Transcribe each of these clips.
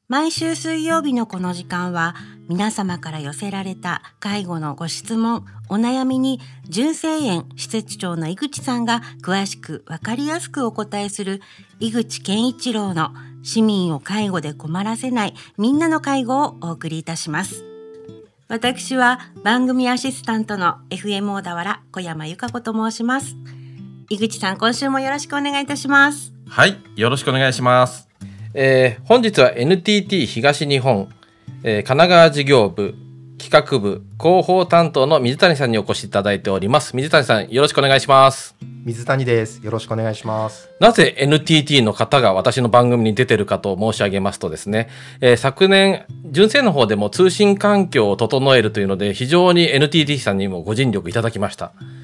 毎週水曜日のこの時間は皆様から寄せられた介護のご質問、お悩みに純正園施設長の井口さんが詳しく分かりやすくお答えする井口健一郎の市民を介護で困らせないみんなの介護をお送りいたします。私は番組アシスタントの FM 小田原小山由香子と申します。井口さん、今週もよろしくお願いいたします。 はい、よろしくお願いします。本日は NTT 東日本、神奈川事業部企画部広報担当の水谷さんにお越しいただいております。水谷さん、よろしくお願いします。 水谷です。よろしくお願いします。 なぜ NTT の方が私の番組に出てるかと申し上げますとですね、昨年純正の方でも通信環境を整えるというので非常に NTT さんにもご尽力いただきました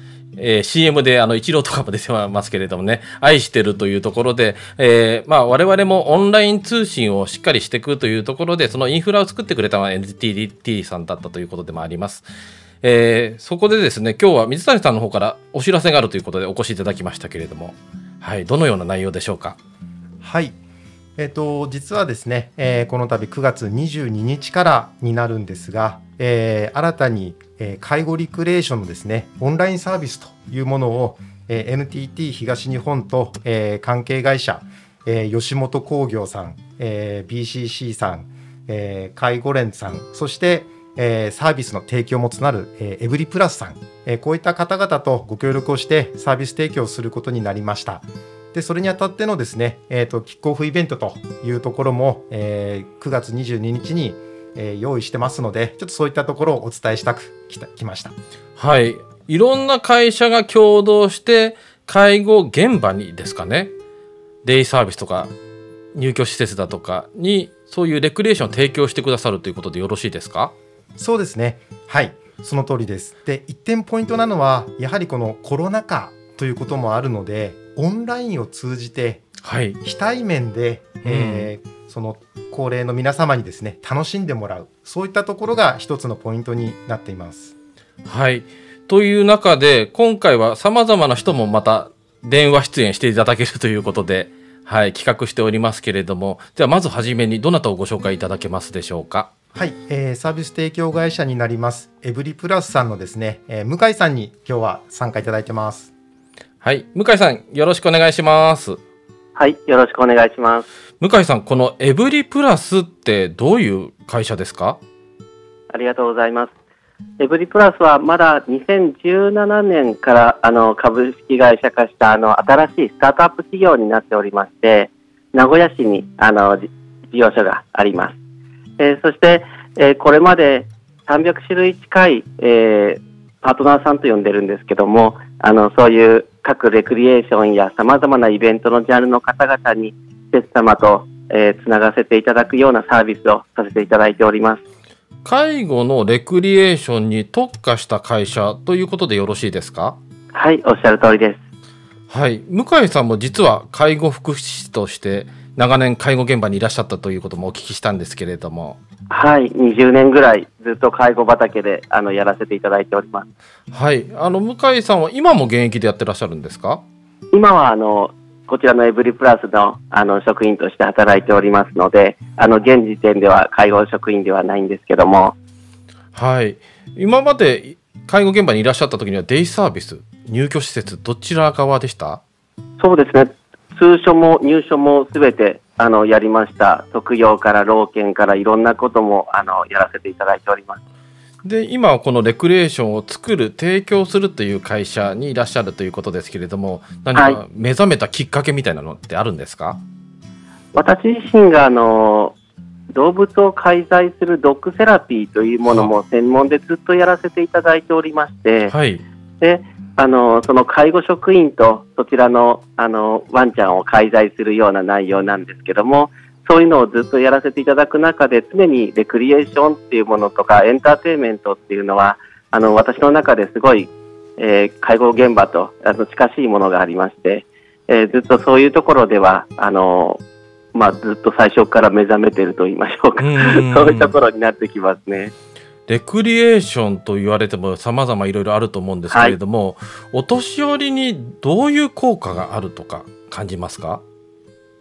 。CM で一郎とかも出てますけれどもね、愛してるというところで、我々もオンライン通信をしっかりしていくというところで、そのインフラを作ってくれたのは NTT さんだったということでもあります。そこでですね、今日は水谷さんの方からお知らせがあるということでお越しいただきましたけれども、はい、どのような内容でしょうか。 はい、実はですね、この度9月22日からになるんですが、新たに介護リクレーションのですね、オンラインサービスというものを、NTT 東日本と、関係会社、吉本興業さん、BCC さん、介護連さん、そして、サービスの提供もつなる、エブリプラスさん、こういった方々とご協力をしてサービス提供をすることになりました。でそれにあたってのですね、キックオフイベントというところも、9月22日に用意してますので、ちょっとそういったところをお伝えしたくきました。 はい、いろんな会社が共同して介護現場にですかね、デイサービスとか入居施設だとかにそういうレクリエーションを提供してくださるということでよろしいですか。 そうですね、はい、その通りです。で、一点ポイントなのはやはりこのコロナ禍ということもあるので、オンラインを通じて非対面で、その高齢の皆様にですね楽しんでもらう、そういったところが一つのポイントになっています。 はい、という中で今回はさまざまな人もまた電話出演していただけるということで、はい、企画しておりますけれども、じゃあまずはじめにどなたをご紹介いただけますでしょうか。 はい、サービス提供会社になりますエブリプラスさんのですね、向井さんに今日は参加いただいてます。 はい、向井さん、よろしくお願いします。 はい、よろしくお願いします。 向井さん、このエブリプラスってどういう会社ですか。 ありがとうございます。エブリプラスはまだ2017年から株式会社化した新しいスタートアップ企業になっておりまして、名古屋市に事業所があります。そして、これまで300種類近い、パートナーさんと呼んでるんですけども、そういう各レクリエーションやさまざまなイベントのジャンルの方々に施設様と、つながせていただくようなサービスをさせていただいております。 介護のレクリエーションに特化した会社ということでよろしいですか。 はい、おっしゃる通りです。 はい、向井さんも実は介護福祉士として長年介護現場にいらっしゃったということもお聞きしたんですけれども。 はい、20年ぐらいずっと介護畑でやらせていただいております。 はい、向井さんは今も現役でやってらっしゃるんですか。 今はこちらのエブリプラスの職員として働いておりますので、現時点では介護職員ではないんですけども。 はい、今まで介護現場にいらっしゃった時にはデイサービス、入居施設、どちら側でした。 そうですね、通所も入所もすべてやりました。特養から老犬からいろんなこともやらせていただいております。 で、今はこのレクリエーションを作る、提供するという会社にいらっしゃるということですけれども、何か目覚めたきっかけみたいなのってあるんですか。 私自身が動物を介在するドッグセラピーというものも専門でずっとやらせていただいておりまして、 はい、 でその介護職員とそちらのワンちゃんを介在するような内容なんですけども、そういうのをずっとやらせていただく中で、常にレクリエーションっていうものとかエンターテインメントっていうのは私の中ですごい、介護現場と近しいものがありまして、ずっとそういうところではずっと最初から目覚めていると言いましょうか、そういうところになってきますね。 レクリエーションと言われても様々いろいろあると思うんですけれども、お年寄りにどういう効果があるとか感じますか。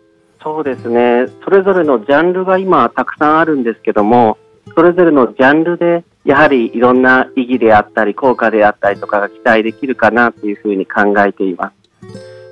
そうですね。それぞれのジャンルが今たくさんあるんですけども、それぞれのジャンルでやはりいろんな意義であったり効果であったりとかが期待できるかなというふうに考えています。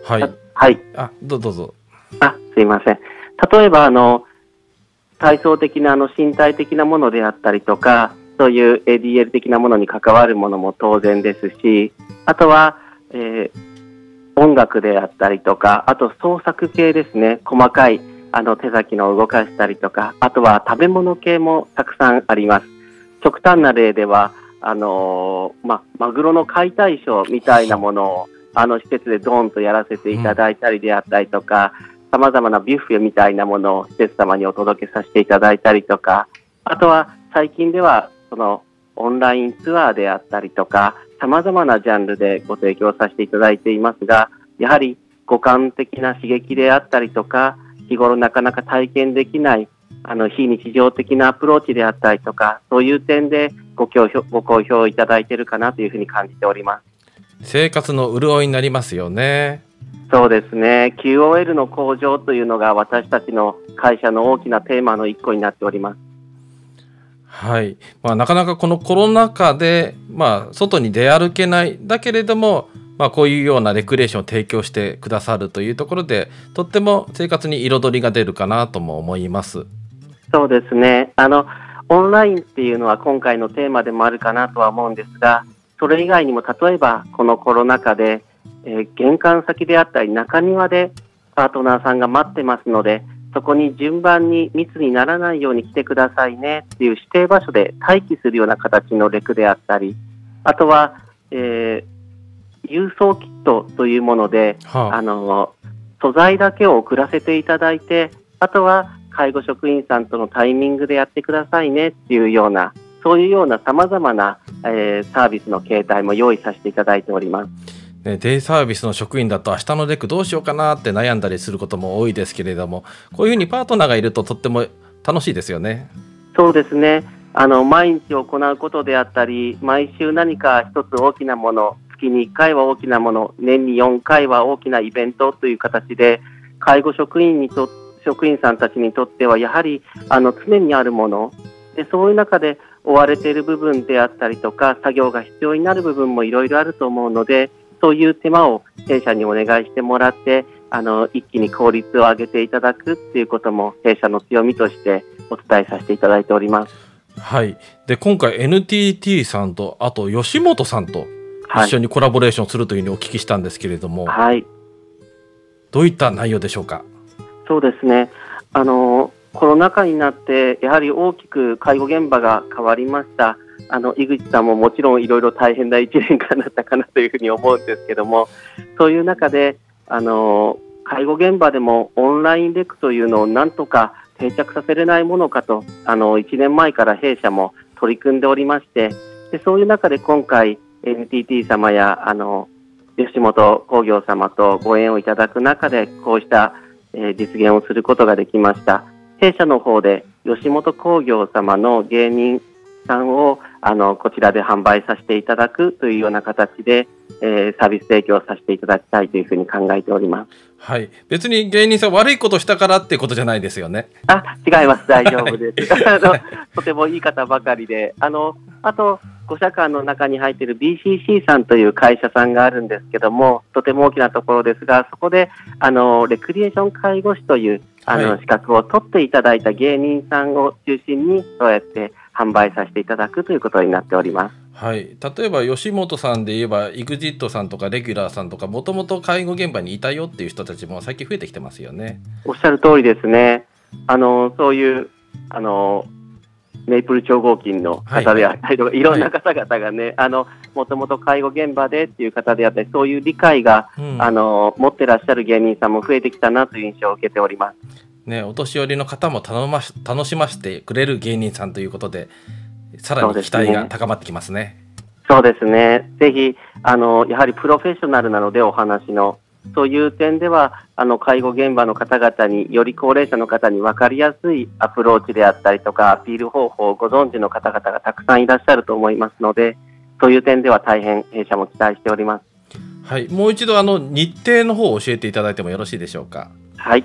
はい。 はい。 どうぞ。 すいません。例えば体操的な身体的なものであったりとか、そういう ADL 的なものに関わるものも当然ですし、あとは、音楽であったりとか、あと創作系ですね。細かい手先の動かしたりとか、あとは食べ物系もたくさんあります。極端な例ではマグロの解体ショーみたいなものを施設でドーンとやらせていただいたりであったりとか、様々なビュッフェみたいなものを施設様にお届けさせていただいたりとか、あとは最近ではそのオンラインツアーであったりとか、様々なジャンルでご提供させていただいていますが、やはり五感的な刺激であったりとか、日頃なかなか体験できない非日常的なアプローチであったりとか、そういう点でご好評いただいているかなというふうに感じております。 生活の潤いになりますよね。 そうですね。 QOL の向上というのが私たちの会社の大きなテーマの一個になっております。 はい。なかなかこのコロナ禍で、外に出歩けないだけれども、こういうようなレクリエーションを提供してくださるというところで、とっても生活に彩りが出るかなとも思います。 そうですね。オンラインっていうのは今回のテーマでもあるかなとは思うんですが、それ以外にも例えばこのコロナ禍で、玄関先であったり中庭でパートナーさんが待ってますので、そこに順番に密にならないように来てくださいねっていう指定場所で待機するような形のレクであったり、あとは、郵送キットというもので、素材だけを送らせていただいて、あとは介護職員さんとのタイミングでやってくださいねっていうような、そういうような様々な、サービスの形態も用意させていただいております。 デイサービスの職員だと明日のレクどうしようかなって悩んだりすることも多いですけれども、こういうふうにパートナーがいるととっても楽しいですよね。 そうですね。毎日行うことであったり、毎週何か一つ大きなもの、月に1回は大きなもの、年に4回は大きなイベントという形で、介護職員さんたちにとってはやはり常にあるもので、そういう中で追われている部分であったりとか、作業が必要になる部分もいろいろあると思うので、そういう手間を弊社にお願いしてもらって、一気に効率を上げていただくっていうことも弊社の強みとしてお伝えさせていただいております。 はい。で、今回 NTT さんとあと吉本さんと一緒にコラボレーションするというふうにお聞きしたんですけれども、 はい、 どういった内容でしょうか。 そうですね。コロナ禍になってやはり大きく介護現場が変わりました。井口さんももちろんいろいろ大変な1年間だったかなというふうに思うんですけども、そういう中で介護現場でもオンラインレクというのをなんとか定着させれないものかと1年前から弊社も取り組んでおりまして、でそういう中で今回 NTT 様や吉本興業様とご縁をいただく中でこうした、実現をすることができました。弊社の方で吉本興業様の芸人さんをこちらで販売させていただくというような形で、サービス提供させていただきたいというふうに考えております。 はい。別に芸人さん悪いことしたからってことじゃないですよね。 違います。大丈夫です。とてもいい方ばかりで、あと5社間の中に入っている BCC さんという会社さんがあるんですけども、とても大きなところですが、そこでレクリエーション介護士という資格を取っていただいた芸人さんを中心にそうやって販売させていただくということになっております。 はい、例えば吉本さんで言えば EXIT さんとかレギュラーさんとかもともと介護現場にいたよっていう人たちも最近増えてきてますよね。 おっしゃる通りですね。そういうメイプル超合金の方であったりとか、いろんな方々がね、もともと介護現場でっていう方であったり、そういう理解が、持ってらっしゃる芸人さんも増えてきたなという印象を受けております。 ね、お年寄りの方も楽しませてくれる芸人さんということで、さらに期待が高まってきますね。 そうですね。ぜひやはりプロフェッショナルなのでお話のそういう点では介護現場の方々により高齢者の方に分かりやすいアプローチであったりとかアピール方法をご存知の方々がたくさんいらっしゃると思いますので、そういう点では大変弊社も期待しております。 はい、もう一度日程の方を教えていただいてもよろしいでしょうか。 はい、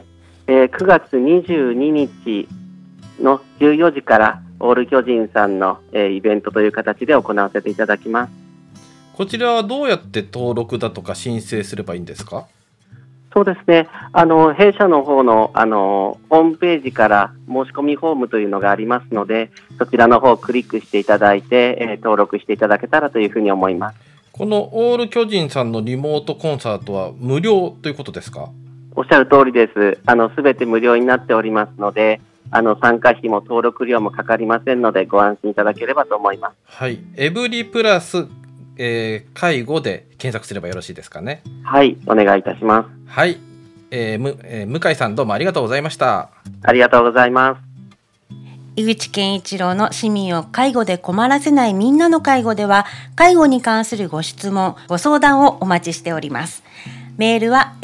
9月22日の14時からオール巨人さんの、イベントという形で行わせていただきます。 こちらはどうやって登録だとか申請すればいいんですか？ そうですね。弊社の方の、ホームページから申し込みフォームというのがありますので、そちらの方をクリックしていただいて、登録していただけたらというふうに思います。 このオール巨人さんのリモートコンサートは無料ということですか？ おっしゃる通りです。すべて無料になっておりますので、参加費も登録料もかかりませんので、ご安心いただければと思います。 はい。エブリプラス、介護で検索すればよろしいですかね。 はい、お願いいたします。 はい。向井さん、どうもありがとうございました。 ありがとうございます。 井口健一郎の市民を介護で困らせないみんなの介護では、介護に関するご質問、ご相談をお待ちしております。メールは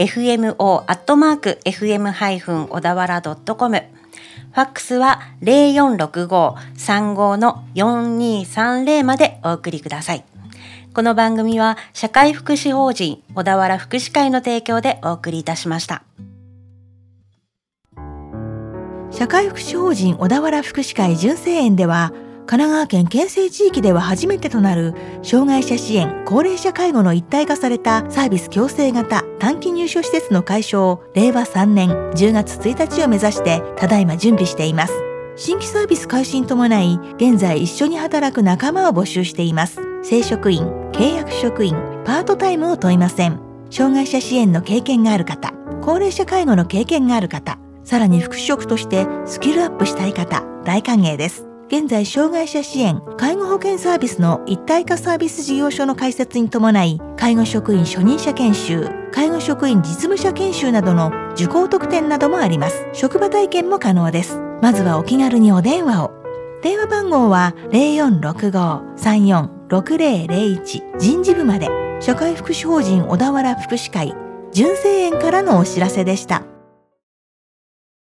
fmo@fm- 小田原 .com、 ファックスは 0465-35-4230 までお送りください。この番組は社会福祉法人小田原福祉会の提供でお送りいたしました。 社会福祉法人小田原福祉会純正園では、神奈川県県西地域では初めてとなる障害者支援・高齢者介護の一体化されたサービス共生型短期入所施設の開所を令和3年10月1日を目指してただいま準備しています。新規サービス開始に伴い、現在一緒に働く仲間を募集しています。正職員、契約職員、パートタイムを問いません。障害者支援の経験がある方、高齢者介護の経験がある方、さらに福祉職としてスキルアップしたい方、大歓迎です。現在、障害者支援・介護保険サービスの一体化サービス事業所の開設に伴い、介護職員初任者研修、介護職員実務者研修などの受講特典などもあります。職場体験も可能です。まずはお気軽にお電話を。電話番号は 0465-346001 人事部まで。社会福祉法人小田原福祉会純正園からのお知らせでした。